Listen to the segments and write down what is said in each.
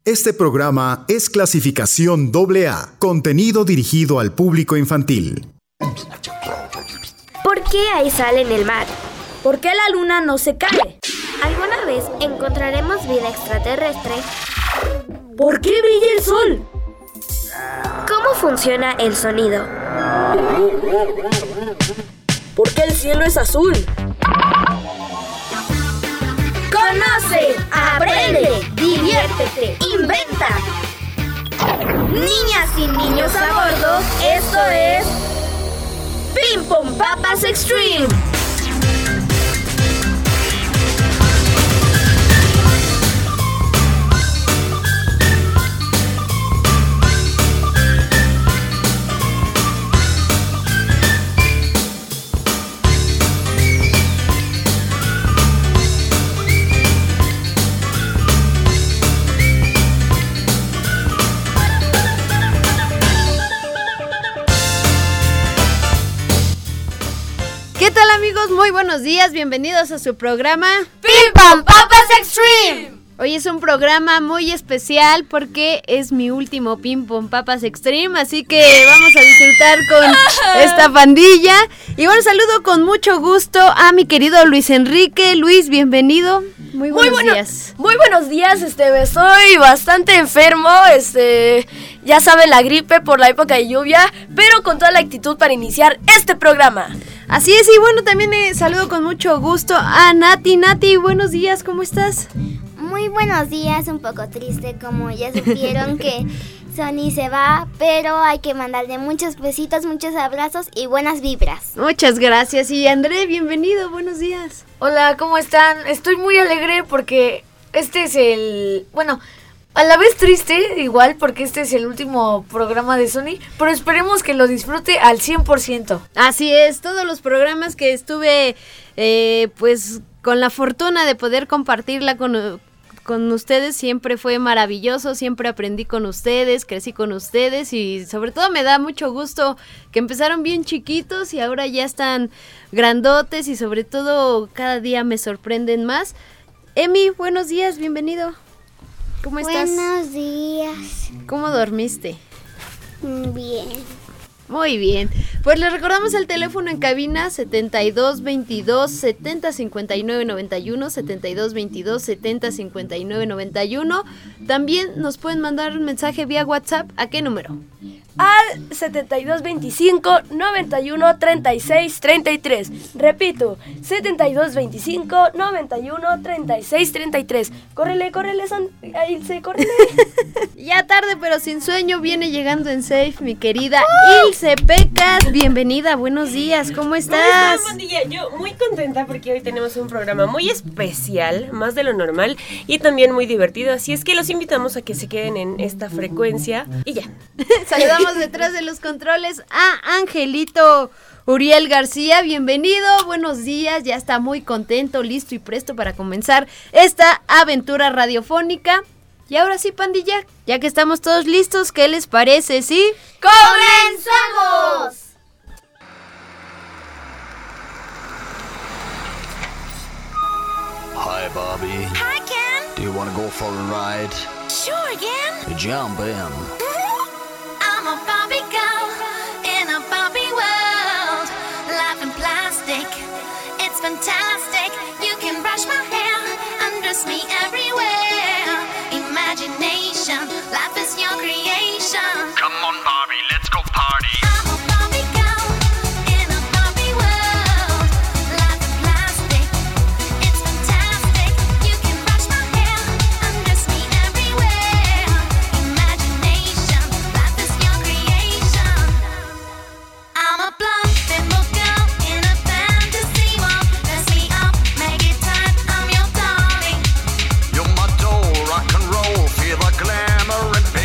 Este programa es clasificación AA, contenido dirigido al público infantil. ¿Por qué hay sal en el mar? ¿Por qué la luna no se cae? ¿Alguna vez encontraremos vida extraterrestre? ¿Por qué brilla el sol? ¿Cómo funciona el sonido? ¿Por qué el cielo es azul? ¡Conoce! ¡Aprende! ¡Diviértete! ¡Inventa! Niñas y niños a bordo, esto es Pim Pum Papas Extreme. ¿Qué tal, amigos? Muy buenos días, bienvenidos a su programa Pim Pum Papas Extreme. Hoy es un programa muy especial porque es mi último Pim Pum Papas Extreme, así que vamos a disfrutar con esta pandilla. Y bueno, saludo con mucho gusto a mi querido Luis Enrique. Luis, bienvenido. Muy buenos días. Muy buenos días, estoy bastante enfermo, ya saben, la gripe por la época de lluvia, pero con toda la actitud para iniciar este programa. Así es, y bueno, también saludo con mucho gusto a Nati. Nati, buenos días, ¿cómo estás? Muy buenos días, un poco triste, como ya supieron que Sony se va, pero hay que mandarle muchos besitos, muchos abrazos y buenas vibras. Muchas gracias. Y André, bienvenido, buenos días. Hola, ¿cómo están? Estoy muy alegre porque este es a la vez triste, igual, porque este es el último programa de Sony, pero esperemos que lo disfrute al 100%. Así es, todos los programas que estuve, pues, con la fortuna de poder compartirla con ustedes, siempre fue maravilloso, siempre aprendí con ustedes, crecí con ustedes y sobre todo me da mucho gusto que empezaron bien chiquitos y ahora ya están grandotes y sobre todo cada día me sorprenden más. Emi, buenos días, bienvenido. ¿Cómo estás? Buenos días. ¿Cómo dormiste? Bien. Muy bien, pues les recordamos el teléfono en cabina 7222-705991, 7222-705991. También nos pueden mandar un mensaje vía WhatsApp. ¿A qué número? Al 7225-913633. Repito, 7225-913633. Córrele, Ilse, córrele. Ya tarde pero sin sueño viene llegando en Safe mi querida Ilse Pecas. Bienvenida, buenos días, ¿cómo estás? Buen día, yo muy contenta porque hoy tenemos un programa muy especial, más de lo normal y también muy divertido, así es que los invitamos a que se queden en esta frecuencia y ya. Saludamos detrás de los controles a Angelito Uriel García, bienvenido, buenos días, ya está muy contento, listo y presto para comenzar esta aventura radiofónica. Y ahora sí, pandilla, ya que estamos todos listos, ¿qué les parece? ¿Sí? ¡Comenzamos! Hi, Bobby. Hi, Ken. Do you want to go for a ride? Sure, Ken. Jump in. I'm a Barbie girl in a Barbie world. Life in plastic, it's fantastic. You can brush my hair, undress me everywhere. Imagination, life is your creation. Come on, Barbie, let's go party. I'm a Barbie girl in a Barbie world. Life in plastic, it's fantastic. You can brush my hair, undress me everywhere. Imagination, life is your creation. I'm a blonde thimble girl in a fantasy world. Dress me up, make it tight, I'm your darling. You're my doll, rock and roll, feel the glamour and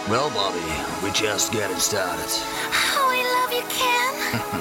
Well, Bobby, we're just getting started. Oh, I love you, Ken.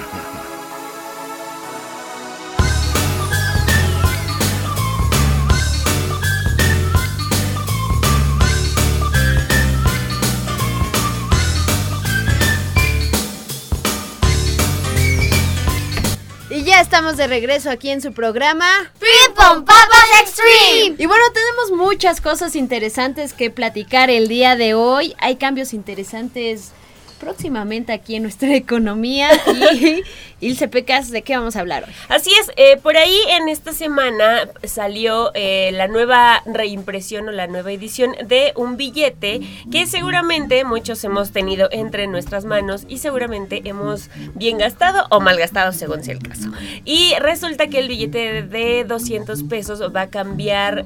Y ya estamos de regreso aquí en su programa ¡Pim Pom Papas Extreme! Y bueno, tenemos muchas cosas interesantes que platicar el día de hoy. Hay cambios interesantes próximamente aquí en nuestra economía. Y Ilse Pecas, ¿de qué vamos a hablar hoy? Así es, por ahí en esta semana salió la nueva reimpresión o la nueva edición de un billete que seguramente muchos hemos tenido entre nuestras manos y seguramente hemos bien gastado o mal gastado según sea el caso. Y resulta que el billete de 200 pesos va a cambiar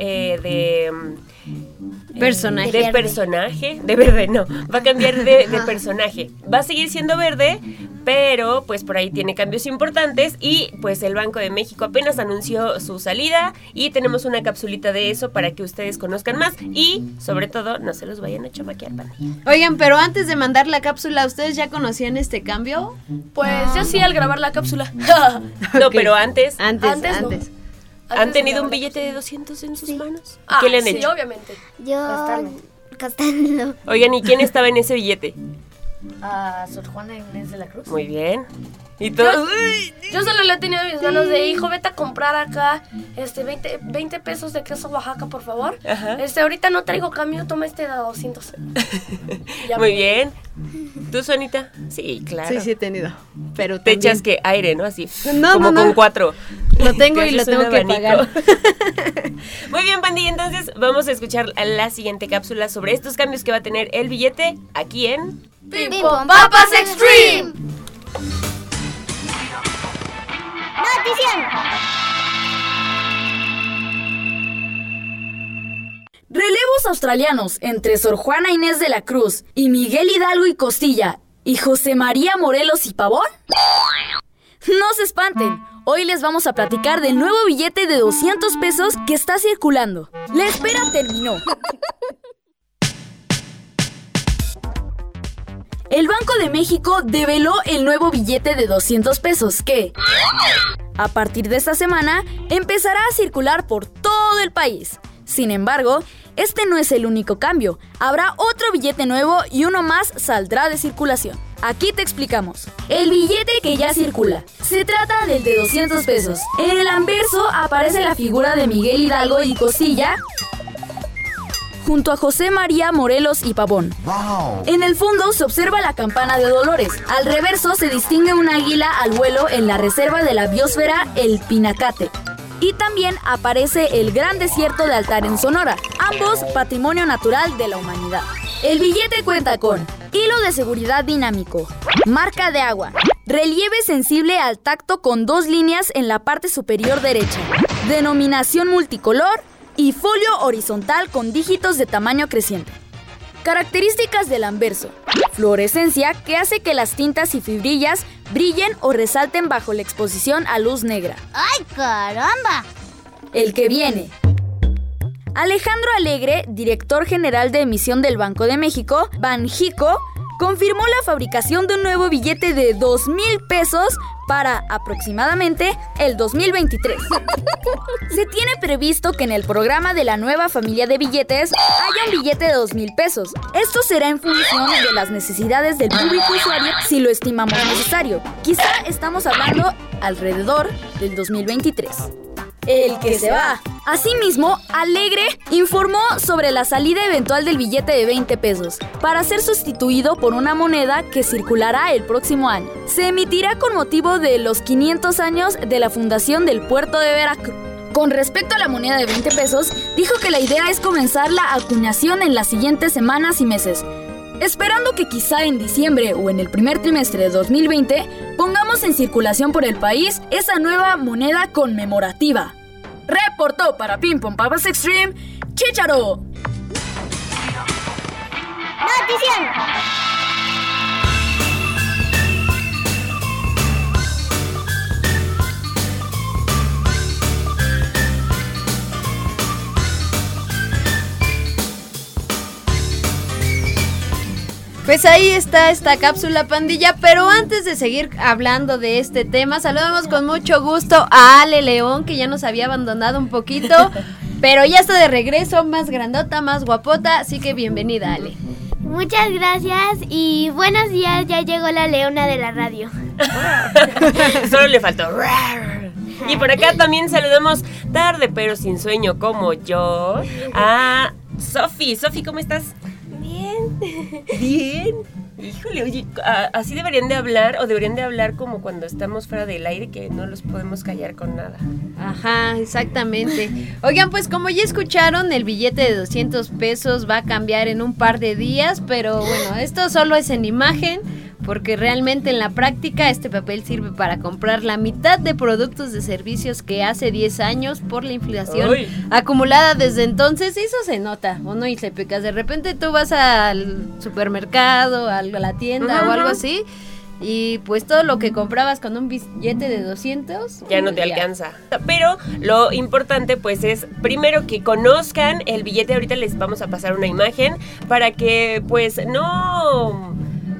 Personaje. De personaje, de verde no, va a cambiar de personaje. Va a seguir siendo verde, pero pues por ahí tiene cambios importantes y pues el Banco de México apenas anunció su salida y tenemos una capsulita de eso para que ustedes conozcan más y sobre todo no se los vayan a chamaquear, pandilla. Oigan, pero antes de mandar la cápsula, ¿ustedes ya conocían este cambio? Pues yo sí al grabar la cápsula. No, pero antes. Antes no. ¿Han tenido un billete de 200 en sus manos? Ah, ¿Qué le han sí, hecho? obviamente. Yo... Gastarlo. Gastarlo. Oigan, ¿y quién estaba en ese billete? A Sor Juana Inés de la Cruz. Muy bien. ¿Y todos? Yo solo le he tenido en mis manos de hijo, vete a comprar acá 20 pesos de queso Oaxaca, por favor. Ajá. Ahorita no traigo cambio, toma este de 200. Ya Muy me- bien. ¿Tú, Sonita? Sí, claro. Sí, sí he tenido. Pero Te también echas que aire, ¿no? Así. No, como no, con no. 4. lo tengo Te y lo haces tengo un que abanico. pagar. Muy bien, pandilla. Entonces vamos a escuchar la siguiente cápsula sobre estos cambios que va a tener el billete aquí en... ¡Pim Pom Papas Extreme! ¡Notición! Relevos australianos entre Sor Juana Inés de la Cruz y Miguel Hidalgo y Costilla y José María Morelos y Pavón. No se espanten, hoy les vamos a platicar del nuevo billete de 200 pesos que está circulando. La espera terminó. El Banco de México develó el nuevo billete de 200 pesos que, a partir de esta semana, empezará a circular por todo el país. Sin embargo, este no es el único cambio. Habrá otro billete nuevo y uno más saldrá de circulación. Aquí te explicamos. El billete que ya circula. Se trata del de 200 pesos. En el anverso aparece la figura de Miguel Hidalgo y Costilla junto a José María Morelos y Pavón. Wow. En el fondo se observa la campana de Dolores. Al reverso se distingue un águila al vuelo en la reserva de la biosfera El Pinacate. Y también aparece el Gran Desierto de Altar en Sonora, ambos patrimonio natural de la humanidad. El billete cuenta con hilo de seguridad dinámico, marca de agua, relieve sensible al tacto con 2 líneas en la parte superior derecha, denominación multicolor y folio horizontal con dígitos de tamaño creciente. Características del anverso. Fluorescencia que hace que las tintas y fibrillas brillen o resalten bajo la exposición a luz negra. ¡Ay, caramba! El que viene. Alejandro Alegre, director general de emisión del Banco de México, Banjico, confirmó la fabricación de un nuevo billete de 2,000 pesos para aproximadamente el 2023. Se tiene previsto que en el programa de la nueva familia de billetes haya un billete de 2,000 pesos. Esto será en función de las necesidades del público usuario si lo estimamos necesario. Quizá estamos hablando alrededor del 2023. El que se va. Asimismo, Alegre informó sobre la salida eventual del billete de 20 pesos para ser sustituido por una moneda que circulará el próximo año. Se emitirá con motivo de los 500 años de la fundación del puerto de Veracruz. Con respecto a la moneda de 20 pesos, dijo que la idea es comenzar la acuñación en las siguientes semanas y meses, esperando que quizá en diciembre o en el primer trimestre de 2020 pongamos en circulación por el país esa nueva moneda conmemorativa. Reportó para Pim Pom Papas Extreme, Chícharo. ¡Notición! Pues ahí está esta cápsula, pandilla, pero antes de seguir hablando de este tema, saludamos con mucho gusto a Ale León, que ya nos había abandonado un poquito, pero ya está de regreso, más grandota, más guapota, así que bienvenida, Ale. Muchas gracias y buenos días, ya llegó la leona de la radio. Solo le faltó. Y por acá también saludamos tarde pero sin sueño como yo a Sofi. Sofi, ¿cómo estás? Bien. Híjole, oye, así deberían de hablar o deberían de hablar como cuando estamos fuera del aire, que no los podemos callar con nada. Ajá, exactamente. Oigan, pues como ya escucharon, el billete de 200 pesos va a cambiar en un par de días, pero bueno, esto solo es en imagen, porque realmente en la práctica este papel sirve para comprar la mitad de productos de servicios que hace 10 años por la inflación acumulada desde entonces. Eso se nota, ¿o no, Isepecas? De repente tú vas al supermercado, a la tienda o algo así, y pues todo lo que comprabas con un billete de 200 ya no te alcanza. Pero lo importante pues es primero que conozcan el billete. Ahorita les vamos a pasar una imagen para que pues no...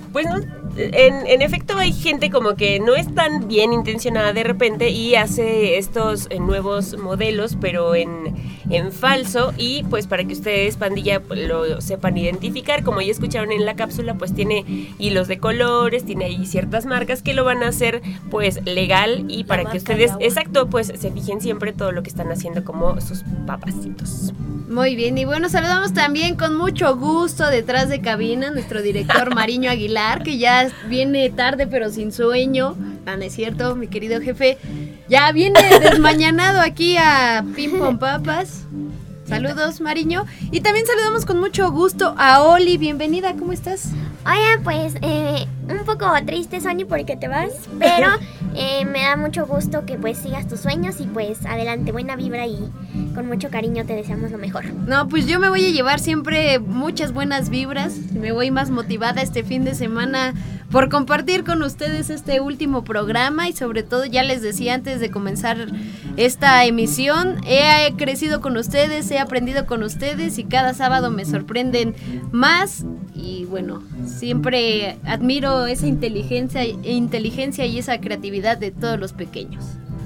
En efecto hay gente como que no es tan bien intencionada de repente y hace estos nuevos modelos pero en falso, y pues para que ustedes, pandilla, lo sepan identificar, como ya escucharon en la cápsula, pues tiene hilos de colores, tiene ahí ciertas marcas que lo van a hacer pues legal, y para que ustedes, exacto, pues se fijen siempre todo lo que están haciendo como sus papacitos. Muy bien, y bueno, saludamos también con mucho gusto detrás de cabina nuestro director Mariño Aguilar, que ya viene tarde pero sin sueño. No es cierto, mi querido jefe. Ya viene desmañanado aquí a Pim Pom Papas. Saludos, Mariño. Y también saludamos con mucho gusto a Oli. Bienvenida, ¿cómo estás? Oye, pues un poco triste, Sony, porque te vas, pero me da mucho gusto que pues sigas tus sueños y pues adelante, buena vibra y con mucho cariño te deseamos lo mejor. No, pues yo me voy a llevar siempre muchas buenas vibras, me voy más motivada este fin de semana por compartir con ustedes este último programa, y sobre todo, ya les decía antes de comenzar esta emisión, he crecido con ustedes, he aprendido con ustedes y cada sábado me sorprenden más. Y bueno, siempre admiro esa inteligencia y esa creatividad de todos los pequeños.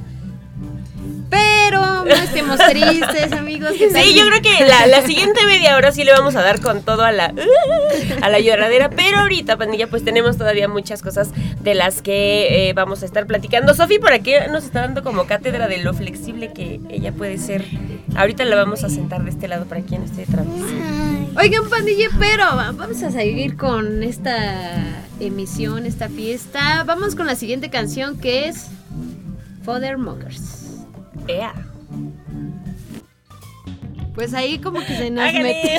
Pero no estemos tristes, amigos. Sí, yo creo que la siguiente media hora sí le vamos a dar con todo a la lloradera. Pero ahorita, pandilla, pues tenemos todavía muchas cosas de las que vamos a estar platicando. Sofi, por aquí nos está dando como cátedra de lo flexible que ella puede ser. Ahorita la vamos a sentar de este lado para quien esté detrás. Oigan, pandilla, pero vamos a seguir con esta emisión, esta fiesta. Vamos con la siguiente canción, que es Father Muggers. Pues ahí como que se nos mete el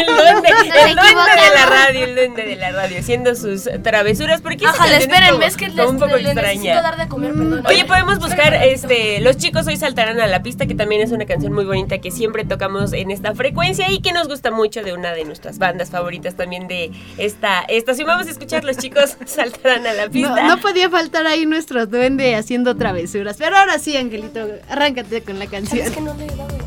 duende de la radio haciendo sus travesuras. ¿Por qué espérenme, es que un poco les necesito dar de comer, perdón. Oye, podemos buscar Los chicos hoy saltarán a la pista, que también es una canción muy bonita que siempre tocamos en esta frecuencia y que nos gusta mucho, de una de nuestras bandas favoritas también de esta estación. Vamos a escuchar Los chicos saltarán a la pista. No podía faltar ahí nuestro duende haciendo travesuras. Pero ahora sí, Angelito, arráncate con la canción. Es que no le he dado.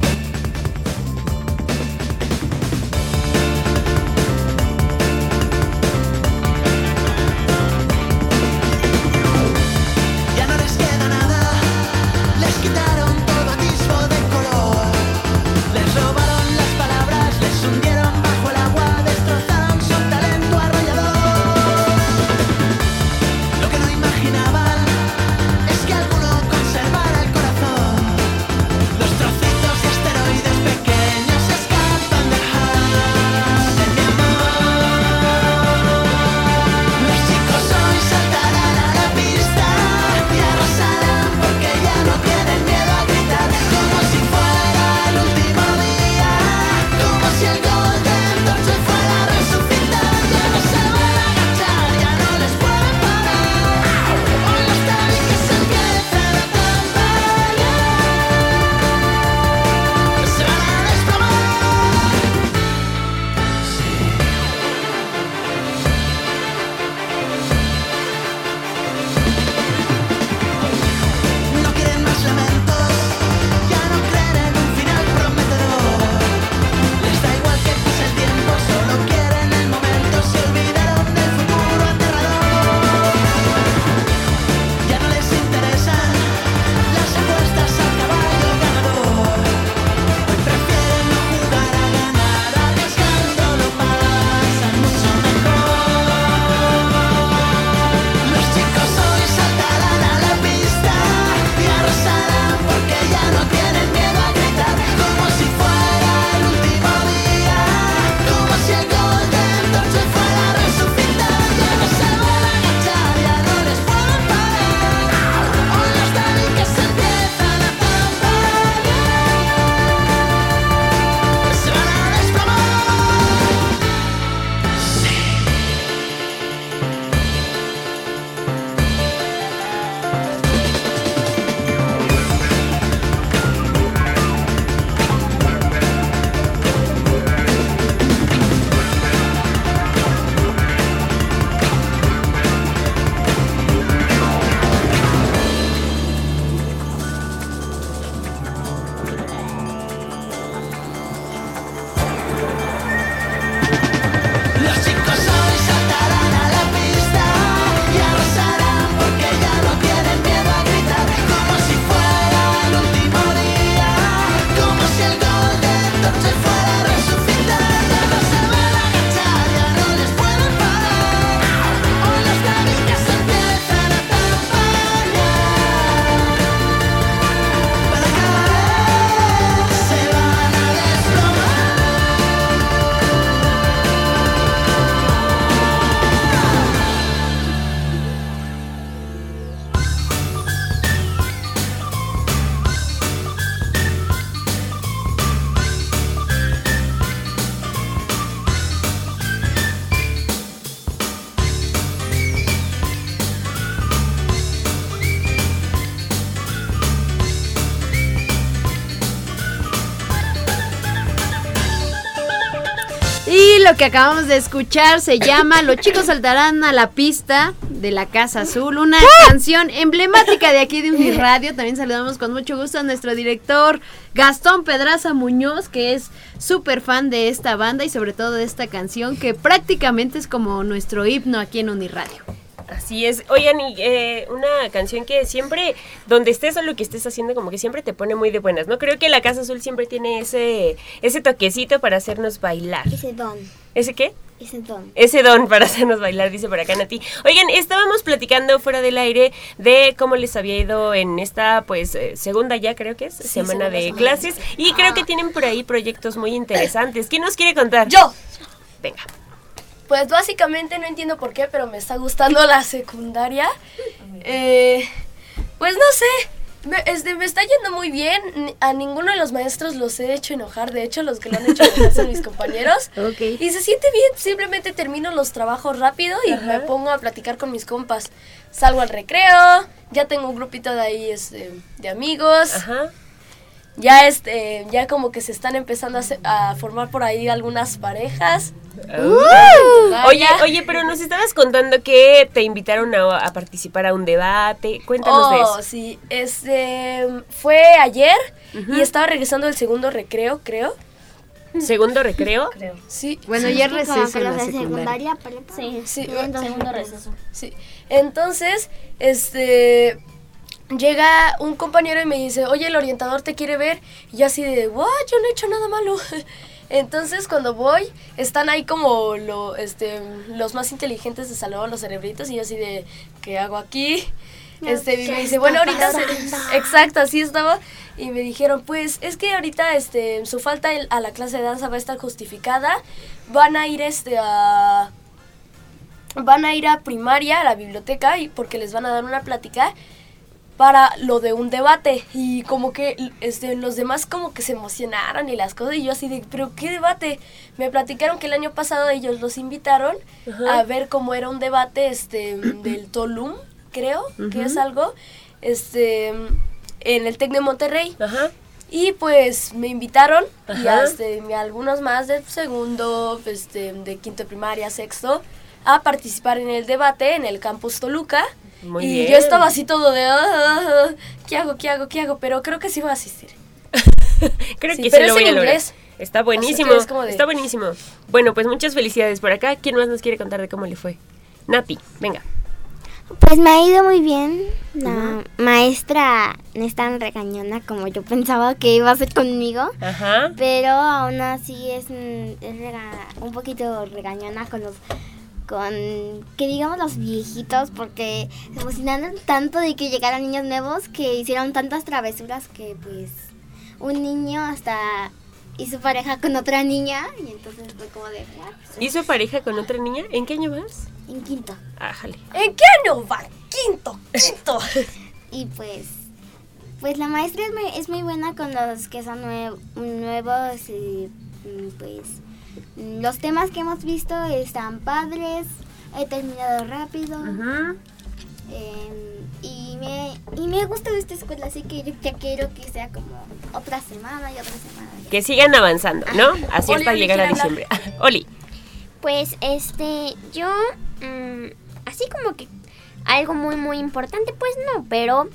Es que alguno conservara el corazón, los trocitos Y lo que acabamos de escuchar se llama Los chicos saltarán a la pista de la Casa Azul, una canción emblemática de aquí de Uniradio. También saludamos con mucho gusto a nuestro director Gastón Pedraza Muñoz, que es súper fan de esta banda y sobre todo de esta canción, que prácticamente es como nuestro himno aquí en Uniradio. Así es. Oigan, y una canción que siempre, donde estés o lo que estés haciendo, como que siempre te pone muy de buenas, ¿no? Creo que la Casa Azul siempre tiene ese toquecito para hacernos bailar. Ese don. ¿Ese qué? Ese don. Ese don para hacernos bailar, dice por acá Nati. Oigan, estábamos platicando fuera del aire de cómo les había ido en esta, pues, segunda ya creo que es, semana de clases. Y creo que tienen por ahí proyectos muy interesantes. ¿Quién nos quiere contar? ¡Yo! Venga. Pues básicamente no entiendo por qué, pero me está gustando la secundaria. Pues no sé, me está yendo muy bien. A ninguno de los maestros los he hecho enojar. De hecho, los que lo han hecho enojar son mis compañeros. Okay. Y se siente bien, simplemente termino los trabajos rápido y me pongo a platicar con mis compas. Salgo al recreo, ya tengo un grupito de ahí de amigos. Ajá. Ya como que se están empezando a formar por ahí algunas parejas. Oye, pero nos estabas contando que te invitaron a participar a un debate. Cuéntanos de eso. Sí, fue ayer y estaba regresando del segundo recreo, creo. ¿Segundo recreo? Creo. Sí. Bueno, ya es receso en la de secundaria. prepa. Sí, Segundo receso. Sí. Entonces, llega un compañero y me dice, oye, el orientador te quiere ver. Y yo así de, what, yo no he hecho nada malo. Entonces, cuando voy, están ahí como los más inteligentes de salón, los cerebritos, y yo así de, ¿qué hago aquí? Y me dice, bueno, ahorita... Exacto, así estaba. Y me dijeron, pues, es que ahorita su falta a la clase de danza va a estar justificada. Van a ir a primaria, a la biblioteca, y porque les van a dar una plática para lo de un debate. Y como que los demás como que se emocionaron y las cosas, y yo así de, ¿pero qué debate? Me platicaron que el año pasado ellos los invitaron a ver cómo era un debate del Tolum, creo, que es algo, en el TEC de Monterrey. Ajá. Y pues me invitaron, Ajá. y algunos más de segundo, de quinto de primaria, sexto, a participar en el debate en el campus Toluca. Muy y bien. yo estaba así todo de, ¿qué hago? Pero creo que sí voy a asistir. Creo Sí, que pero sí lo es voy a en lograr. inglés. Está buenísimo, Así que es como de- está buenísimo. Bueno, pues muchas felicidades por acá. ¿Quién más nos quiere contar de cómo le fue? Nati, venga. Pues me ha ido muy bien. La maestra no es tan regañona como yo pensaba que iba a ser conmigo. Ajá. Pero aún así es un poquito regañona que digamos los viejitos, porque se emocionaron tanto de que llegaran niños nuevos que hicieron tantas travesuras que pues un niño hasta hizo pareja con otra niña y entonces fue como de ¿Hizo pareja con otra niña? ¿En qué año vas? en quinto. Ájale. ¿En qué año va? Quinto. Y pues la maestra es muy buena con los que son nuevos y pues los temas que hemos visto están padres, he terminado rápido. Ajá. Y me gusta de esta escuela, así que yo ya quiero que sea como otra semana y otra semana. Que sigan avanzando, ¿no? Así Oli, hasta Oli, llegar a ¿quiere diciembre. Oli. Pues yo así como que algo muy muy importante, pues no, pero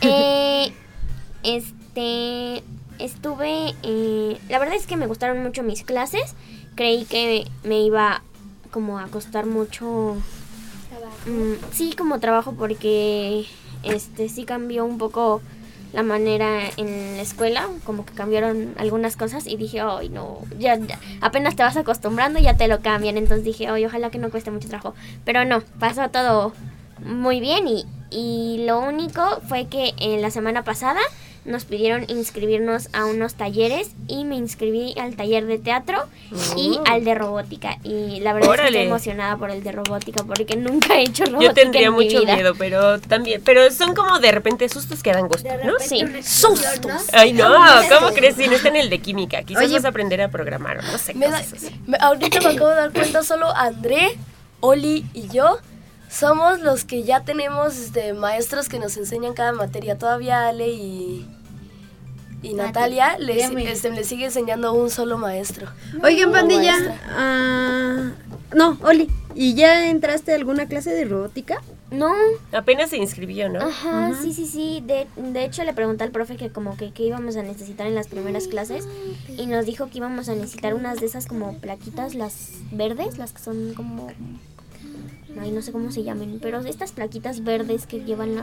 estuve la verdad es que me gustaron mucho mis clases. Creí que me iba como a costar mucho sí, como trabajo, porque sí cambió un poco la manera en la escuela, como que cambiaron algunas cosas y dije, ay no, ya apenas te vas acostumbrando y ya te lo cambian, entonces dije, ay, ojalá que no cueste mucho trabajo, pero no, pasó todo muy bien y lo único fue que en la semana pasada nos pidieron inscribirnos a unos talleres y me inscribí al taller de teatro y al de robótica, y la verdad es que estoy emocionada por el de robótica porque nunca he hecho robótica. Yo tendría en mi mucho vida. miedo, pero son como de repente sustos que dan gusto, ¿no? Sí. ¡Sustos! Ay, no, ¿cómo crees? Si no está en el de química, quizás vas a aprender a programar o no sé, cosas así. Ahorita me acabo de dar cuenta, solo André, Oli y yo somos los que ya tenemos maestros que nos enseñan cada materia. Todavía Ale y y Natalia le sigue enseñando un solo maestro. Oigan, O pandilla. maestra. No, Oli, ¿y ya entraste a alguna clase de robótica? No. Apenas se inscribió, ¿no? Ajá, sí. De hecho, le pregunté al profe que como que qué íbamos a necesitar en las primeras clases y nos dijo que íbamos a necesitar unas de esas como plaquitas, las verdes, las que son como... Ay, no sé cómo se llamen, pero estas plaquitas verdes que llevan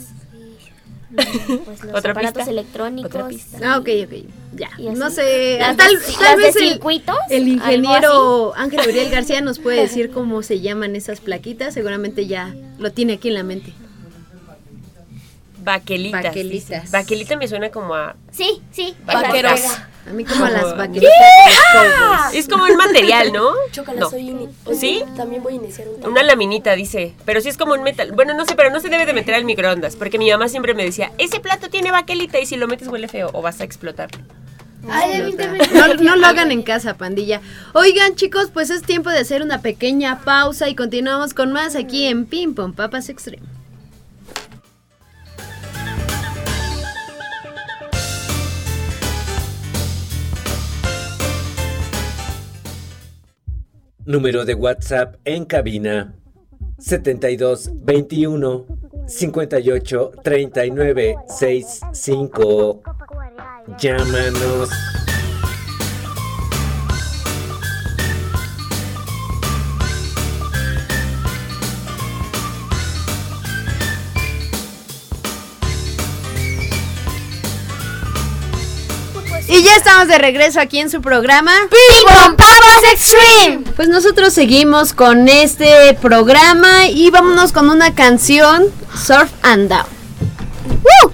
pues los ¿Otra aparatos pista? electrónicos. ¿Otra pista? Ok. Ya. Y así. No sé. Las Tal de vez circuitos, el algo ingeniero Ángel Gabriel García nos puede decir cómo se llaman esas plaquitas. Seguramente ya lo tiene aquí en la mente. Baquelitas. Baquelitas. dice. Baquelita me suena como a... Sí. Vaqueros. A mí como a las Como- vaqueritas de los cowboys. Es como un material, ¿no? Chócala, No. ¿Sí? También voy a iniciar un Una laminita, dice. Pero sí es como un metal. Bueno, no sé, pero no se debe de meter al microondas. Porque mi mamá siempre me decía, ese plato tiene baquelita y si lo metes huele feo o vas a explotar. No lo hagan en casa, pandilla. Oigan, chicos, pues es tiempo de hacer una pequeña pausa y continuamos con más aquí en Ping Pong Papas Extreme. Número de WhatsApp en cabina 72 21 58 39 65. Llámanos. Y ya estamos de regreso aquí en su programa ¡Ping Pong Papas Extreme! Pues nosotros seguimos con este programa y vámonos con una canción, Surf and Down. ¡Woo!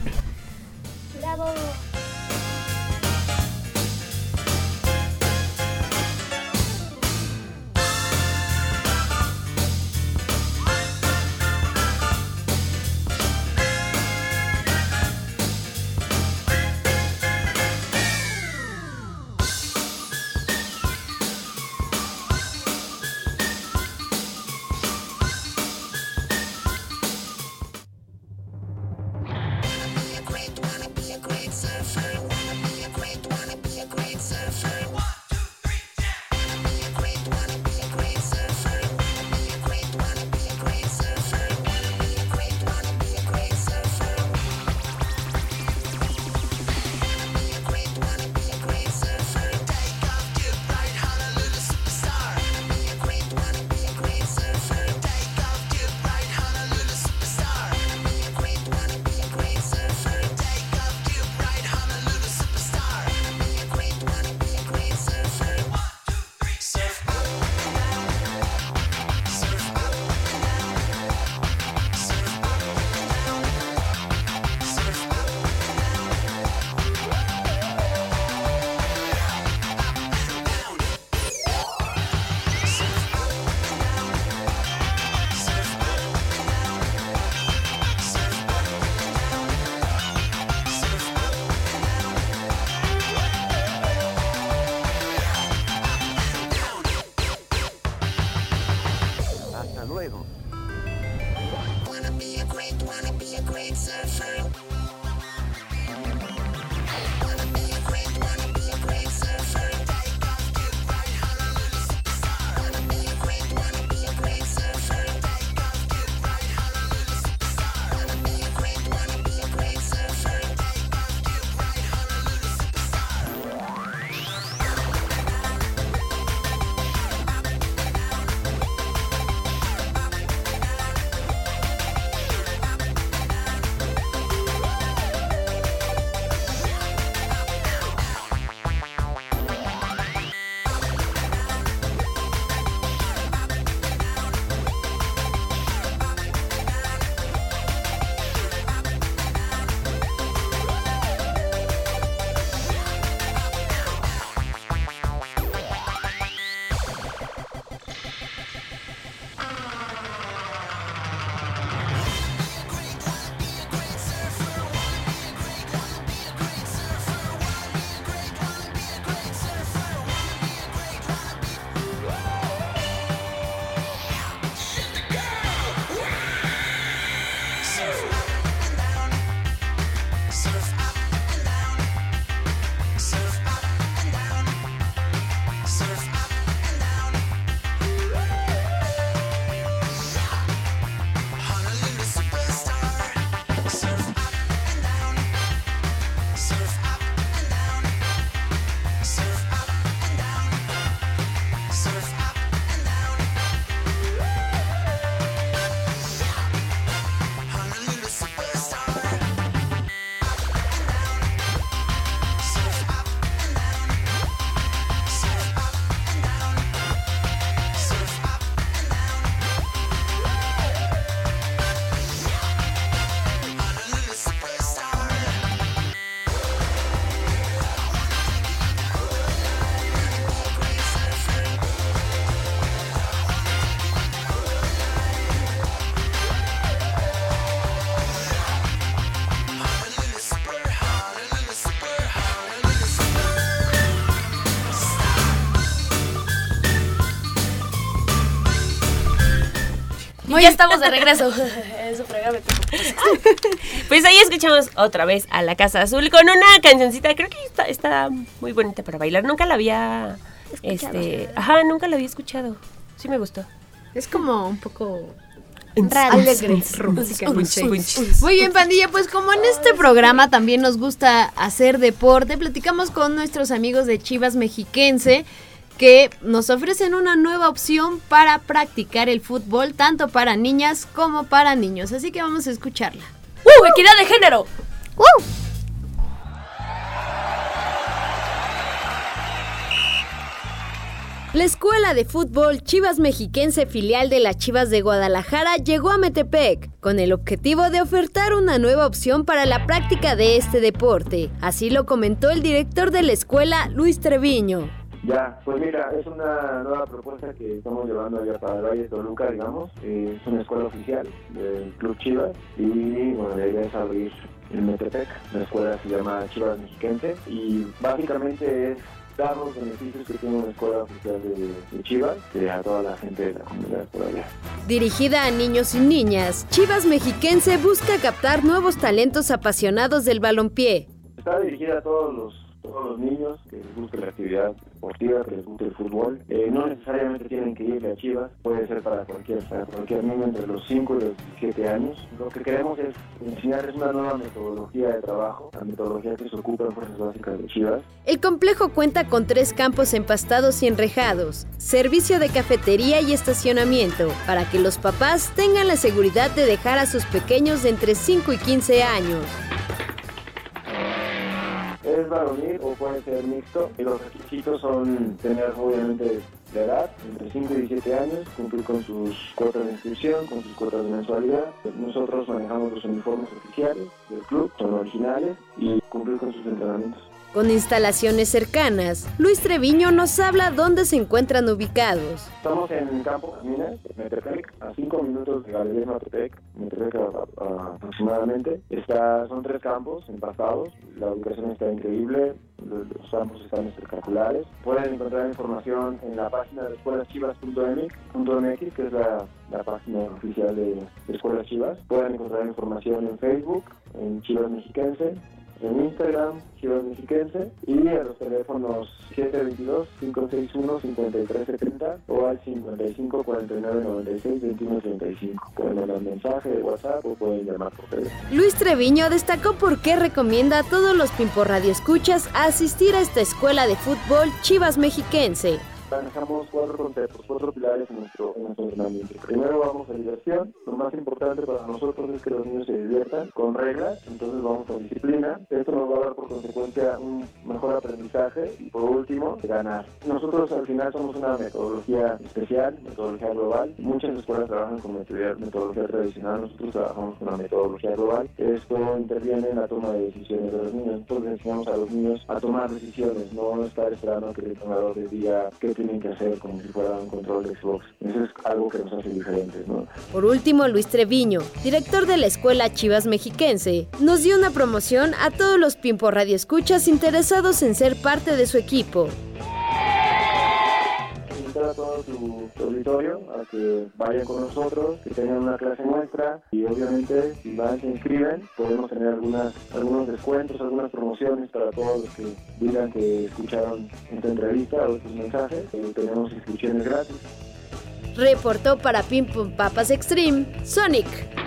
Y ya estamos de regreso en su programa. Pues ahí escuchamos otra vez a La Casa Azul con una cancioncita, creo que está muy bonita para bailar. Nunca la había nunca la había escuchado. Sí me gustó. Es como un poco Alegre. Muy bien, pandilla, pues como en este programa también nos gusta hacer deporte, platicamos con nuestros amigos de Chivas Mexiquense que nos ofrecen una nueva opción para practicar el fútbol tanto para niñas como para niños, así que vamos a escucharla. ¡Equidad de género! La Escuela de Fútbol Chivas Mexiquense, filial de las Chivas de Guadalajara, llegó a Metepec con el objetivo de ofertar una nueva opción para la práctica de este deporte. Así lo comentó el director de la escuela, Luis Treviño. Ya, pues mira, es una nueva propuesta que estamos llevando allá para el Valle de Toluca, digamos. Es una escuela oficial del Club Chivas y bueno, la idea es abrir en Metepec. La escuela se llama Chivas Mexiquense y básicamente es dar los beneficios que tiene una escuela oficial de Chivas a toda la gente de la comunidad por allá. Dirigida a niños y niñas, Chivas Mexiquense busca captar nuevos talentos apasionados del balompié. Está dirigida a todos los niños que les guste la actividad deportiva, que les guste el fútbol. No necesariamente tienen que ir a Chivas, puede ser para cualquier niño entre los 5 y los 17 años. Lo que queremos es enseñarles una nueva metodología de trabajo, la metodología que se ocupa en fuerzas básicas de Chivas. El complejo cuenta con 3 campos empastados y enrejados, servicio de cafetería y estacionamiento, para que los papás tengan la seguridad de dejar a sus pequeños de entre 5 y 15 años. Es varonil o puede ser mixto y los requisitos son tener obviamente de edad, entre 5 y 17 años, cumplir con sus cuotas de inscripción, con sus cuotas de mensualidad. Nosotros manejamos los uniformes oficiales del club, son originales y cumplir con sus entrenamientos. Con instalaciones cercanas, Luis Treviño nos habla dónde se encuentran ubicados. Estamos en Campo Caminas, Metepec, a 5 minutos de Galerías Metepec aproximadamente. Son 3 campos empastados, la ubicación está increíble, los campos están espectaculares. Pueden encontrar información en la página de escuelaschivas.mx, que es la página oficial de Escuelas Chivas. Pueden encontrar información en Facebook, en Chivas Mexiquense, en Instagram, Chivas Mexiquense, y a los teléfonos 722-561-5370 o al 55-49-96-2135. Pueden mandar mensaje de WhatsApp o pueden llamar por teléfono. Luis Treviño destacó por qué recomienda a todos los pimporradioescuchas a asistir a esta escuela de fútbol Chivas Mexiquense. Manejamos 4 conceptos, 4 pilares en nuestro entrenamiento. Primero vamos a diversión. Lo más importante para nosotros es que los niños se diviertan con reglas, entonces vamos a disciplina. Esto nos va a dar por consecuencia un mejor aprendizaje y por último, ganar. Nosotros al final somos una metodología especial, metodología global. Muchas escuelas trabajan con metodología tradicional, nosotros trabajamos con una metodología global. Esto interviene en la toma de decisiones de los niños. Entonces enseñamos a los niños a tomar decisiones, no estar esperando a que el entrenador les diga qué tienen que hacer como si fuera un control de Xbox. Eso es algo que nos hace diferentes, ¿no? Por último, Luis Treviño, director de la escuela Chivas Mexiquense, nos dio una promoción a todos los pimporradioescuchas interesados en ser parte de su equipo. Invitar a todo su auditorio a que vayan con nosotros, que tengan una clase nuestra y obviamente si van, se inscriben, podemos tener algunos descuentos, algunas promociones para todos los que digan que escucharon esta entrevista o estos mensajes. Tenemos inscripciones gratis. Reportó para Pim Pum Papas Extreme, Sonic.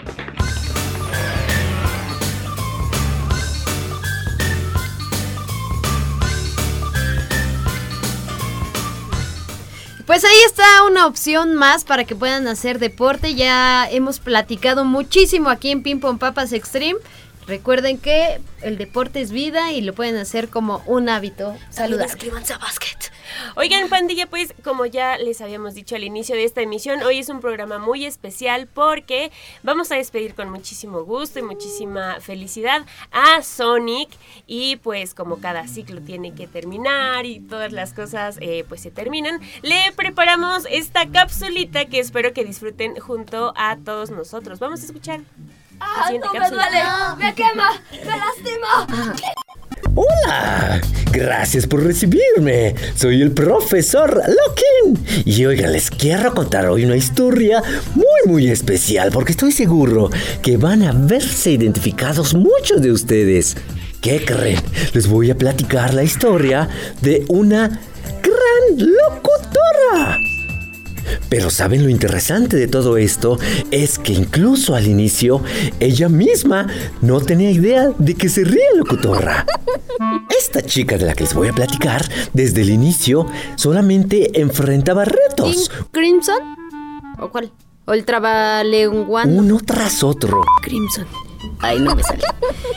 Pues ahí está una opción más para que puedan hacer deporte. Ya hemos platicado muchísimo aquí en Pim Pum Papas Extreme. Recuerden que el deporte es vida y lo pueden hacer como un hábito saludable. Inscríbanse a básquet. Oigan, pandilla, pues como ya les habíamos dicho al inicio de esta emisión, hoy es un programa muy especial porque vamos a despedir con muchísimo gusto y muchísima felicidad a Sonic, y pues como cada ciclo tiene que terminar y todas las cosas pues se terminan, le preparamos esta capsulita que espero que disfruten junto a todos nosotros. Vamos a escuchar. No me duele, me quema, me lastima. Hola, Gracias por recibirme. Soy el profesor Lokin. Y oigan, les quiero contar hoy una historia muy especial, porque estoy seguro que van a verse identificados muchos de ustedes. ¿Qué creen? Les voy a platicar la historia de una gran locutora. Pero ¿saben lo interesante de todo esto? Es que incluso al inicio, ella misma no tenía idea de que sería locutora. Esta chica de la que les voy a platicar, desde el inicio, solamente enfrentaba retos. ¿Crimson? ¿O cuál? ¿O el trabalenguando? Uno tras otro. Crimson. Ay, no me sale.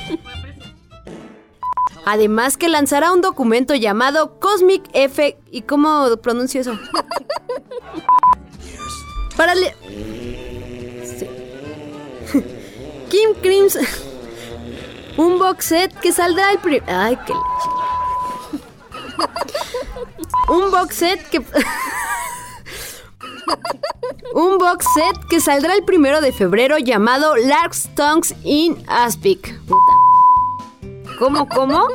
Además que lanzará un documento llamado Cosmic F... ¿Y cómo pronuncio eso? Sí. Kim Crimson. Un box set que saldrá el Ay, qué leche. Un box set que... Un box set que saldrá el 1 de febrero llamado Lark's Tongues in Aspic. ¿Cómo?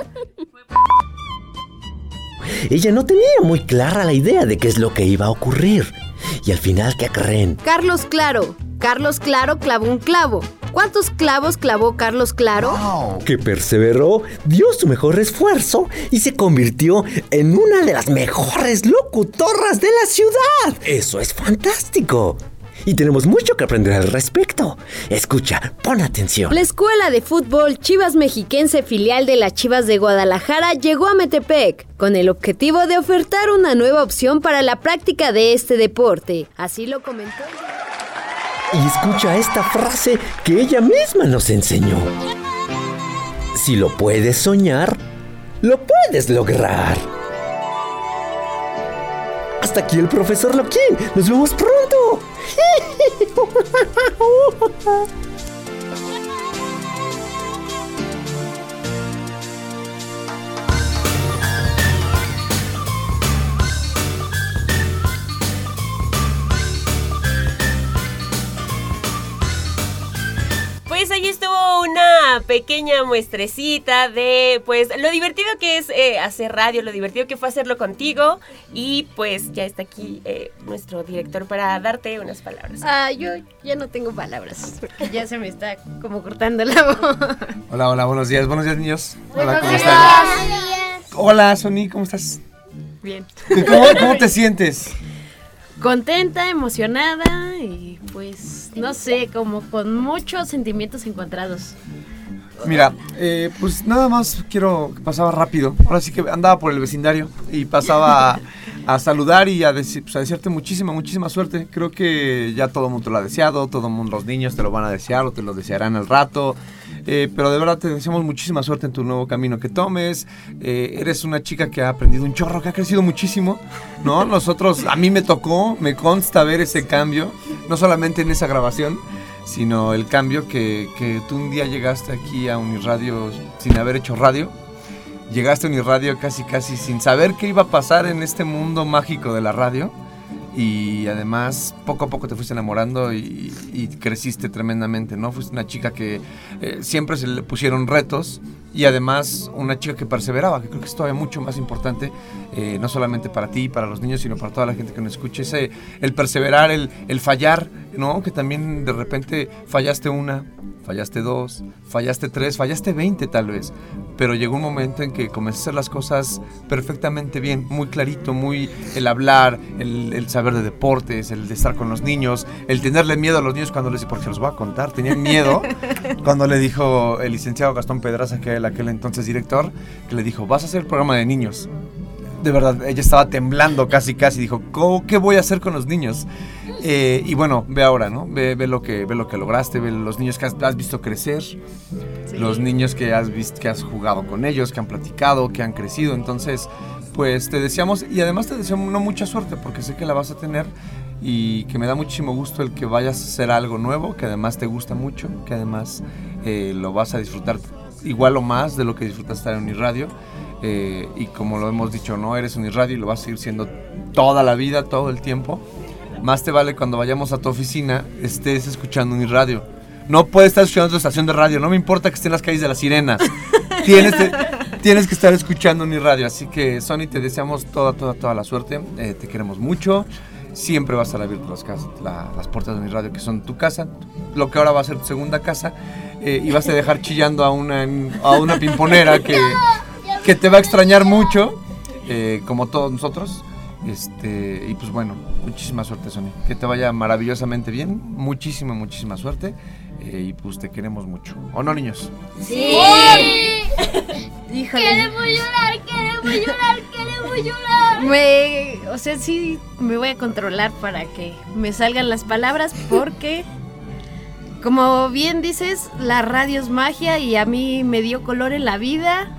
Ella no tenía muy clara la idea de qué es lo que iba a ocurrir. Y al final, ¿qué creen? Carlos Claro clavó un clavo. ¿Cuántos clavos clavó Carlos Claro? Que perseveró, dio su mejor esfuerzo y se convirtió en una de las mejores locutoras de la ciudad. ¡Eso es fantástico! Y tenemos mucho que aprender al respecto. Escucha, pon atención. La escuela de fútbol Chivas Mexiquense, filial de las Chivas de Guadalajara, llegó a Metepec con el objetivo de ofertar una nueva opción para la práctica de este deporte. Así lo comentó. Y escucha esta frase que ella misma nos enseñó. Si lo puedes soñar, lo puedes lograr. Hasta aquí el profesor Lokin. Nos vemos pronto. Pues ahí estuvo una pequeña muestrecita de pues lo divertido que es hacer radio, lo divertido que fue hacerlo contigo. Y pues ya está aquí nuestro director para darte unas palabras. Yo ya no tengo palabras porque ya se me está como cortando la voz. Hola, buenos días niños. Hola, ¿cómo días. están? Hola, Sony, ¿cómo estás? Bien. ¿Cómo te sientes? Contenta, emocionada y pues no sé, como con muchos sentimientos encontrados. Mira, pues nada más pasaba rápido. Ahora sí que andaba por el vecindario y pasaba a saludar y a desearte muchísima suerte. Creo que ya todo el mundo lo ha deseado, los niños te lo van a desear o te lo desearán al rato. Pero de verdad te deseamos muchísima suerte en tu nuevo camino que tomes. Eres una chica que ha aprendido un chorro, que ha crecido muchísimo, ¿no? A mí me consta ver ese cambio, no solamente en esa grabación, sino el cambio que tú un día llegaste aquí a Unirradio sin haber hecho radio. Llegaste a Unirradio casi sin saber qué iba a pasar en este mundo mágico de la radio. Y además poco a poco te fuiste enamorando y creciste tremendamente, ¿no? Fuiste una chica que siempre se le pusieron retos y además una chica que perseveraba, que creo que es todavía mucho más importante, no solamente para ti, para los niños, sino para toda la gente que nos escuche. El perseverar, el fallar, ¿no? Que también de repente fallaste una, fallaste dos, fallaste tres, fallaste 20 tal vez, pero llegó un momento en que comenzaste a hacer las cosas perfectamente bien, muy clarito, el hablar, el saber de deportes, el de estar con los niños, el tenerle miedo a los niños porque se los voy a contar, tenían miedo cuando le dijo el licenciado Gastón Pedraza, que era aquel entonces director, que le dijo, vas a hacer el programa de niños. De verdad, ella estaba temblando casi, dijo, ¿qué voy a hacer con los niños? Y bueno, ve ahora, ¿no? Ve lo que lograste, ve los niños que has visto crecer, sí. Los niños que has visto, que has jugado con ellos, que han platicado, que han crecido. Entonces, pues te deseamos, y además te deseo mucha suerte, porque sé que la vas a tener, y que me da muchísimo gusto el que vayas a hacer algo nuevo, que además te gusta mucho, que además lo vas a disfrutar igual o más de lo que disfrutas estar en Unirradio. Y como lo hemos dicho, no eres Unirradio y lo vas a seguir siendo toda la vida, todo el tiempo. Más te vale cuando vayamos a tu oficina estés escuchando Unirradio. No puedes estar escuchando tu estación de radio, no me importa que esté en las calles de Las Sirenas. tienes que estar escuchando Uniradio. Así que, Sony, te deseamos toda la suerte. Te queremos mucho. Siempre va a estar abierto las puertas de Uniradio, que son tu casa, lo que ahora va a ser tu segunda casa. Y vas a dejar chillando a una pimponera que te va a extrañar mucho, como todos nosotros. Y pues bueno, muchísima suerte, Sony. Que te vaya maravillosamente bien. Muchísima suerte. Y pues te queremos mucho. ¿O no, niños? ¡Sí! Híjole. Queremos llorar. O sea, sí me voy a controlar para que me salgan las palabras porque, como bien dices, la radio es magia y a mí me dio color en la vida.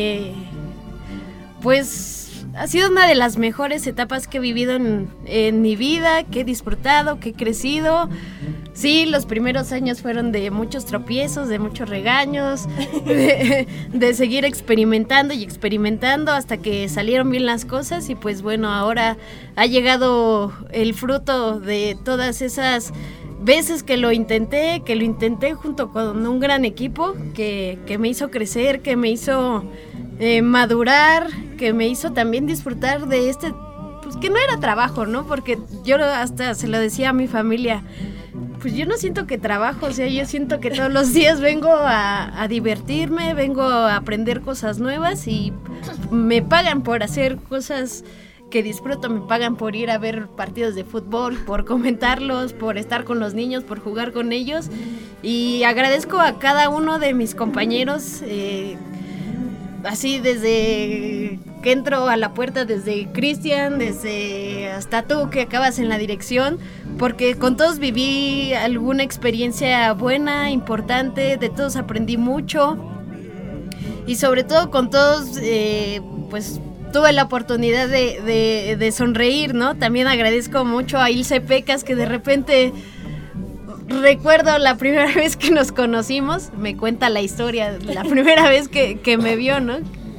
Pues ha sido una de las mejores etapas que he vivido en mi vida, que he disfrutado, que he crecido. Sí, los primeros años fueron de muchos tropiezos, de muchos regaños, de seguir experimentando hasta que salieron bien las cosas y pues bueno, ahora ha llegado el fruto de todas esas veces que lo intenté junto con un gran equipo que me hizo crecer, que me hizo madurar, que me hizo también disfrutar de pues que no era trabajo, ¿no? Porque yo hasta se lo decía a mi familia, pues yo no siento que trabajo, o sea, yo siento que todos los días vengo a divertirme, vengo a aprender cosas nuevas y me pagan por hacer cosas que disfruto, me pagan por ir a ver partidos de fútbol, por comentarlos, por estar con los niños, por jugar con ellos y agradezco a cada uno de mis compañeros, así desde que entro a la puerta, desde Cristian, desde hasta tú que acabas en la dirección, porque con todos viví alguna experiencia buena, importante, de todos aprendí mucho y sobre todo con todos pues tuve la oportunidad de sonreír, ¿no? También agradezco mucho a Ilse Pecas, que de repente recuerdo la primera vez que nos conocimos, me cuenta la historia, la primera vez que me vio, ¿no?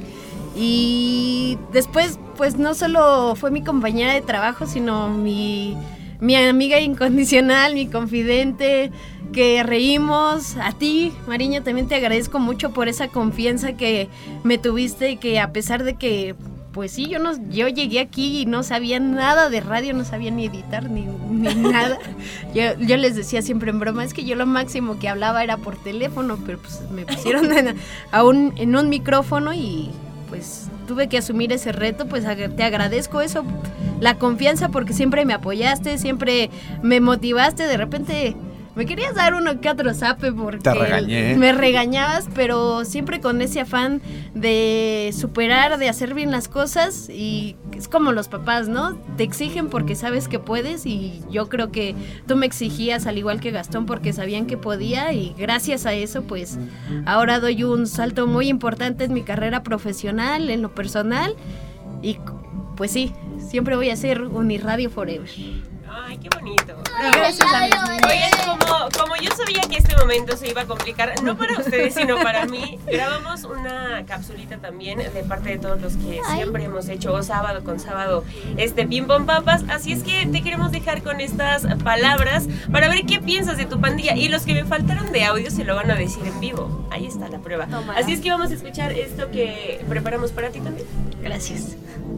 Y después, pues no solo fue mi compañera de trabajo, sino mi amiga incondicional, mi confidente, que reímos. A ti, Mariño, también te agradezco mucho por esa confianza que me tuviste y que a pesar de que, pues sí, yo llegué aquí y no sabía nada de radio, no sabía ni editar ni nada. Yo les decía siempre en broma, es que yo lo máximo que hablaba era por teléfono, pero pues me pusieron en un micrófono y pues tuve que asumir ese reto. Pues te agradezco eso, la confianza, porque siempre me apoyaste, siempre me motivaste. De repente me querías dar uno que otro zape porque te regañé. Me regañabas, pero siempre con ese afán de superar, de hacer bien las cosas. Y es como los papás, ¿no? Te exigen porque sabes que puedes, y yo creo que tú me exigías al igual que Gastón porque sabían que podía, y gracias a eso pues ahora doy un salto muy importante en mi carrera profesional, en lo personal, y pues sí, siempre voy a ser Uniradio Forever. Ay, qué bonito. Gracias a mis Oigan, como yo sabía que este momento se iba a complicar, no para ustedes, sino para mí, grabamos una capsulita también de parte de todos los que siempre hemos hecho sábado con sábado Pim Pom Papas. Así es que te queremos dejar con estas palabras para ver qué piensas de tu pandilla. Y los que me faltaron de audio se lo van a decir en vivo. Ahí está la prueba. Tómala. Así es que vamos a escuchar esto que preparamos para ti también. Gracias.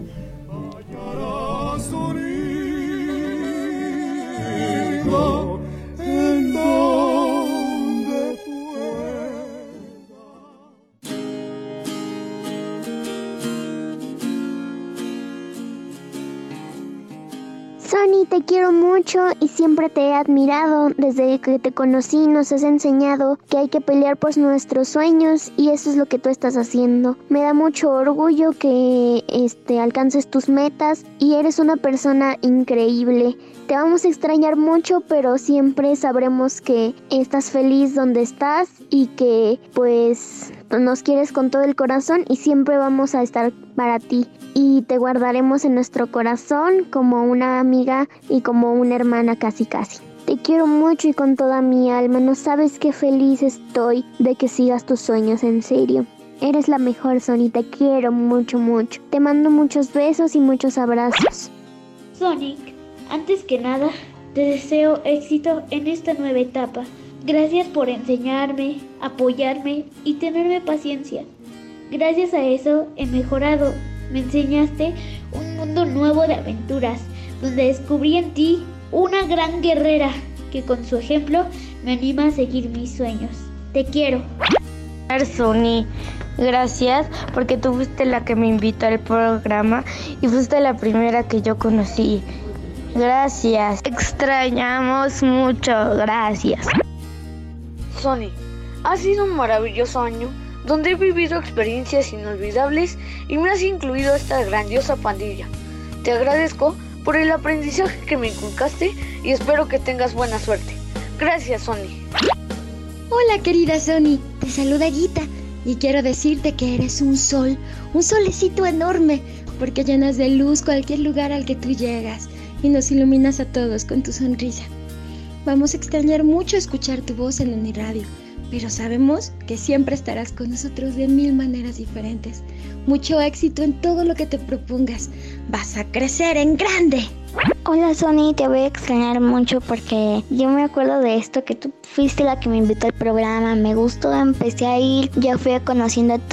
En donde Sony, te quiero mucho y siempre te he admirado. Desde que te conocí nos has enseñado que hay que pelear por nuestros sueños y eso es lo que tú estás haciendo. Me da mucho orgullo que alcances tus metas y eres una persona increíble. Te vamos a extrañar mucho, pero siempre sabremos que estás feliz donde estás y que pues nos quieres con todo el corazón y siempre vamos a estar para ti. Y te guardaremos en nuestro corazón como una amiga y como una hermana casi. Te quiero mucho y con toda mi alma. No sabes qué feliz estoy de que sigas tus sueños, en serio. Eres la mejor, Sony. Te quiero mucho. Te mando muchos besos y muchos abrazos. Sonic, antes que nada, te deseo éxito en esta nueva etapa. Gracias por enseñarme, apoyarme y tenerme paciencia. Gracias a eso he mejorado. Me enseñaste un mundo nuevo de aventuras, donde descubrí en ti una gran guerrera que con su ejemplo me anima a seguir mis sueños. Te quiero. Sony, gracias porque tú fuiste la que me invitó al programa y fuiste la primera que yo conocí. Gracias. Extrañamos mucho. Gracias. Sony, ha sido un maravilloso año donde he vivido experiencias inolvidables y me has incluido a esta grandiosa pandilla. Te agradezco por el aprendizaje que me inculcaste y espero que tengas buena suerte. Gracias, Sony. Hola, querida Sony, te saluda Guita y quiero decirte que eres un sol, un solecito enorme, porque llenas de luz cualquier lugar al que tú llegas y nos iluminas a todos con tu sonrisa. Vamos a extrañar mucho escuchar tu voz en Uniradio, pero sabemos que siempre estarás con nosotros de 1000 maneras diferentes. Mucho éxito en todo lo que te propongas. Vas a crecer en grande. Hola Sony, te voy a extrañar mucho porque yo me acuerdo de esto, que tú fuiste la que me invitó al programa, me gustó, empecé a ir, ya fui conociendo a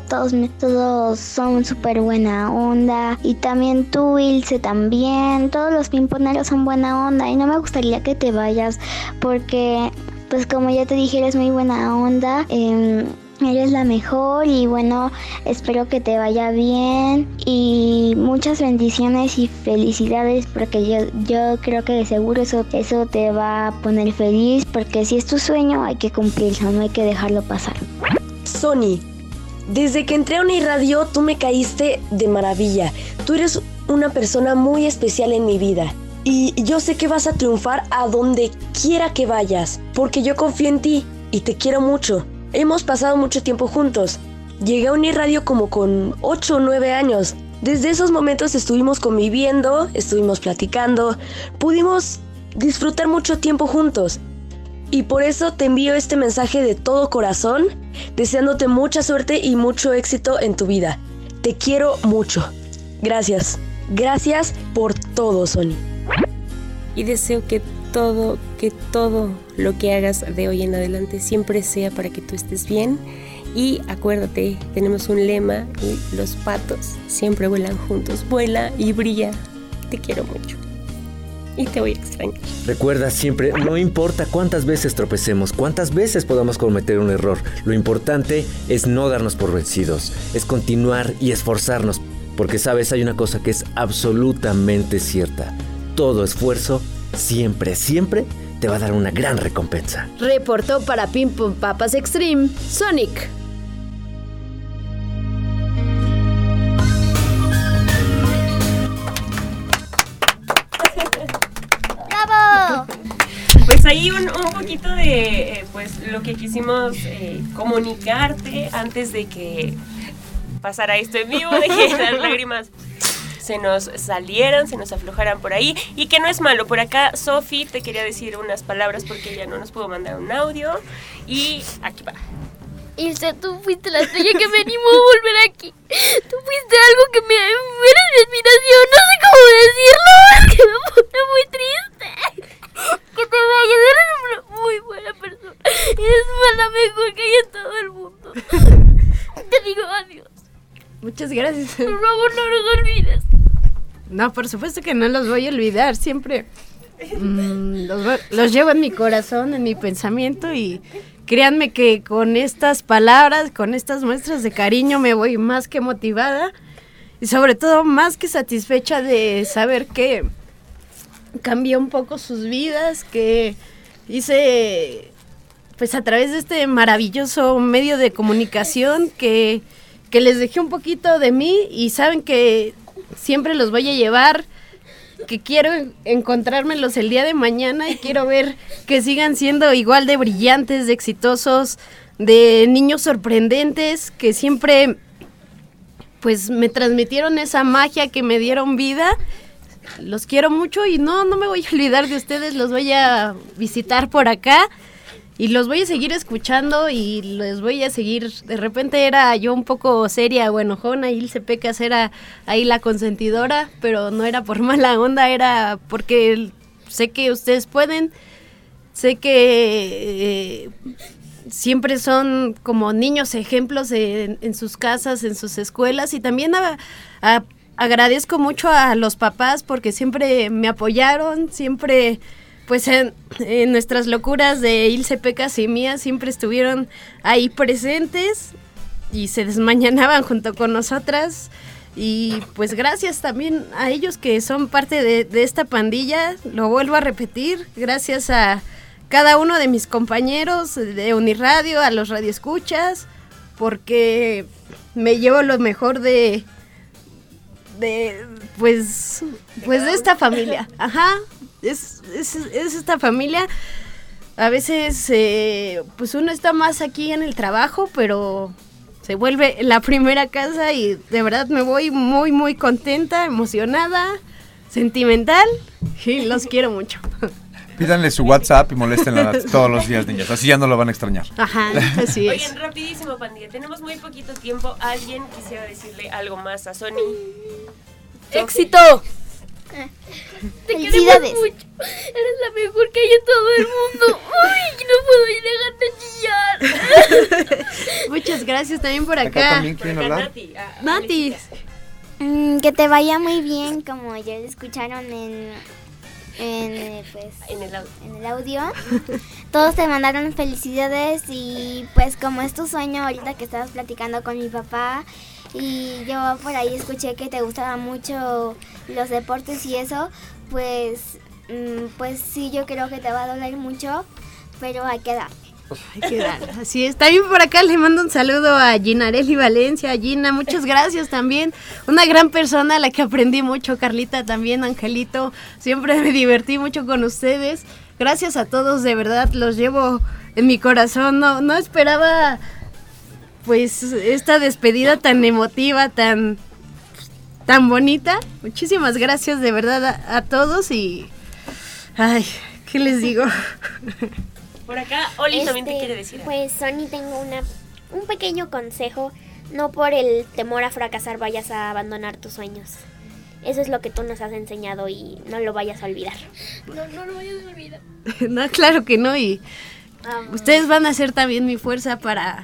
todos son súper buena onda, y también tú, Ilse, también, todos los pimponeros son buena onda, y no me gustaría que te vayas porque, pues como ya te dije, eres muy buena onda, eres la mejor y bueno, espero que te vaya bien y muchas bendiciones y felicidades porque yo creo que de seguro eso te va a poner feliz porque si es tu sueño hay que cumplirlo, no hay que dejarlo pasar. Sony, desde que entré a Uniradio tú me caíste de maravilla. Tú eres una persona muy especial en mi vida y yo sé que vas a triunfar a donde quiera que vayas porque yo confío en ti y te quiero mucho. Hemos pasado mucho tiempo juntos. Llegué a Uniradio como con 8 o 9 años. Desde esos momentos estuvimos conviviendo, estuvimos platicando, pudimos disfrutar mucho tiempo juntos. Y por eso te envío este mensaje de todo corazón, deseándote mucha suerte y mucho éxito en tu vida. Te quiero mucho. Gracias. Gracias por todo, Sony. Y deseo que todo lo que hagas de hoy en adelante siempre sea para que tú estés bien. Y acuérdate, tenemos un lema y los patos siempre vuelan juntos. Vuela y brilla. Te quiero mucho. Y te voy a extrañar. Recuerda siempre, no importa cuántas veces tropecemos, cuántas veces podamos cometer un error. Lo importante es no darnos por vencidos, es continuar y esforzarnos. Porque sabes, hay una cosa que es absolutamente cierta. Todo esfuerzo siempre te va a dar una gran recompensa. Reportó para Pim Pum Papas Extreme, Sonic. ¡Bravo! Pues ahí un poquito de pues lo que quisimos comunicarte antes de que pasara esto en vivo, de que las lágrimas se nos salieran, se nos aflojaran por ahí, y que no es malo. Por acá Sofi te quería decir unas palabras porque ella no nos pudo mandar un audio, y aquí va. Ilse, tú fuiste la estrella que me animó a volver aquí. Tú fuiste algo que eres mi admiración, no sé cómo decirlo, es que me pone muy triste. Que te vayas, eres una muy buena persona. Eres la mejor que hay en todo el mundo. Te digo adiós. Muchas gracias. Por favor, no los olvides. No, por supuesto que no los voy a olvidar. Siempre los llevo en mi corazón, en mi pensamiento, y créanme que con estas palabras, con estas muestras de cariño me voy más que motivada y sobre todo más que satisfecha de saber que cambié un poco sus vidas, que hice pues a través de este maravilloso medio de comunicación que les dejé un poquito de mí, y saben que siempre los voy a llevar, que quiero encontrármelos el día de mañana y quiero ver que sigan siendo igual de brillantes, de exitosos, de niños sorprendentes, que siempre pues me transmitieron esa magia, que me dieron vida. Los quiero mucho y no me voy a olvidar de ustedes, los voy a visitar por acá. Y los voy a seguir escuchando y les voy a seguir. De repente era yo un poco seria o enojona, y Ilse Pecas era ahí la consentidora, pero no era por mala onda, era porque sé que ustedes pueden, sé que siempre son como niños ejemplos en sus casas, en sus escuelas, y también agradezco mucho a los papás porque siempre me apoyaron, siempre pues en nuestras locuras de Ilse, Pecas y mías siempre estuvieron ahí presentes y se desmañanaban junto con nosotras. Y pues gracias también a ellos que son parte de esta pandilla, lo vuelvo a repetir, gracias a cada uno de mis compañeros de Uniradio, a los radioescuchas, porque me llevo lo mejor de esta familia. Ajá, es esta familia. A veces pues uno está más aquí en el trabajo, pero se vuelve la primera casa y de verdad me voy muy muy contenta, emocionada, sentimental y los quiero mucho. Pídanle su WhatsApp y moléstenla todos los días, niñas, así ya no lo van a extrañar. Ajá, así es. Oigan, rapidísimo, pandilla, tenemos muy poquito tiempo. ¿Alguien quisiera decirle algo más a Sony? ¡Éxito! Te queremos mucho. Eres la mejor que hay en todo el mundo. Uy, no puedo dejar de chillar. Muchas gracias también por acá. Acá también quieren hablar. Nati. Que te vaya muy bien, como ya lo escucharon en el audio. Todos te mandaron felicidades y pues como es tu sueño ahorita que estabas platicando con mi papá y yo por ahí escuché que te gustaban mucho los deportes y eso, pues sí, yo creo que te va a doler mucho, pero hay que darle. Hay que darle, así es. También por acá le mando un saludo a Ginarelli Valencia. Gina, muchas gracias también. Una gran persona a la que aprendí mucho. Carlita también, Angelito. Siempre me divertí mucho con ustedes. Gracias a todos, de verdad, los llevo en mi corazón. No esperaba pues esta despedida tan emotiva, tan bonita. Muchísimas gracias de verdad a todos y ay, ¿qué les digo? Por acá, Oli también te quiere decir. Pues, Sony, tengo un pequeño consejo. No por el temor a fracasar vayas a abandonar tus sueños. Eso es lo que tú nos has enseñado y no lo vayas a olvidar. No lo vayas a olvidar. No, claro que no. Y ustedes van a ser también mi fuerza para...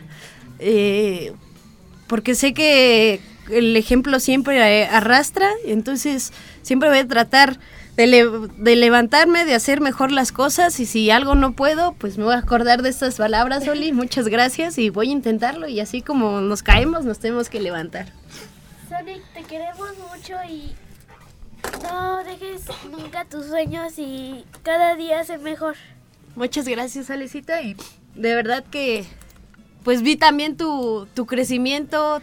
porque sé que el ejemplo siempre arrastra. Entonces, siempre voy a tratar... De levantarme, de hacer mejor las cosas y si algo no puedo, pues me voy a acordar de estas palabras, Oli, muchas gracias y voy a intentarlo y así como nos caemos, nos tenemos que levantar. Sonic, te queremos mucho y no dejes nunca tus sueños y cada día sé mejor. Muchas gracias, Alecita, y de verdad que pues vi también tu crecimiento,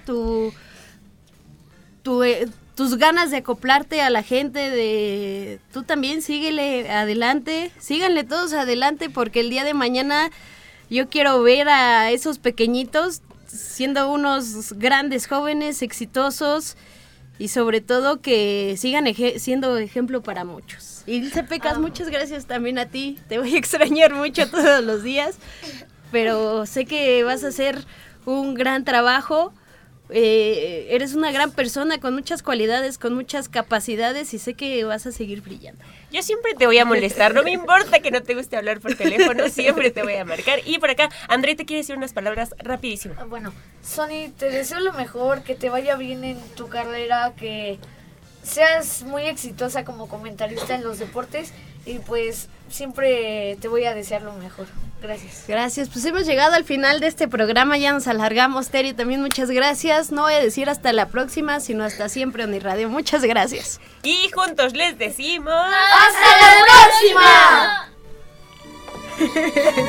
tus ganas de acoplarte a la gente, tú también síguele adelante, síganle todos adelante porque el día de mañana yo quiero ver a esos pequeñitos siendo unos grandes jóvenes exitosos y sobre todo que sigan siendo ejemplo para muchos. Y Ilse Pecas, muchas gracias también a ti, te voy a extrañar mucho todos los días, pero sé que vas a hacer un gran trabajo. Eres una gran persona con muchas cualidades, con muchas capacidades y sé que vas a seguir brillando. Yo siempre te voy a molestar, no me importa que no te guste hablar por teléfono, siempre te voy a marcar. Y por acá, André te quiere decir unas palabras rapidísimo. Bueno, Sony, te deseo lo mejor, que te vaya bien en tu carrera, que seas muy exitosa como comentarista en los deportes y pues siempre te voy a desear lo mejor. Gracias. Gracias, pues hemos llegado al final de este programa, ya nos alargamos, Terry, también muchas gracias. No voy a decir hasta la próxima, sino hasta siempre, Uniradio. Muchas gracias. Y juntos les decimos... ¡Hasta la próxima!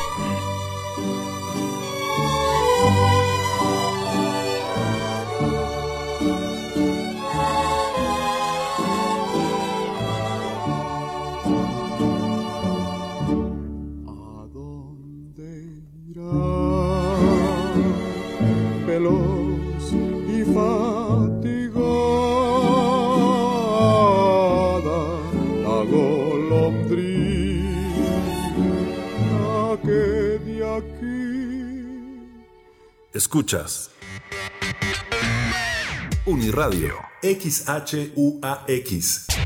Veloz y fatigada, la golondrina que de aquí. Escuchas Uniradio XHUAX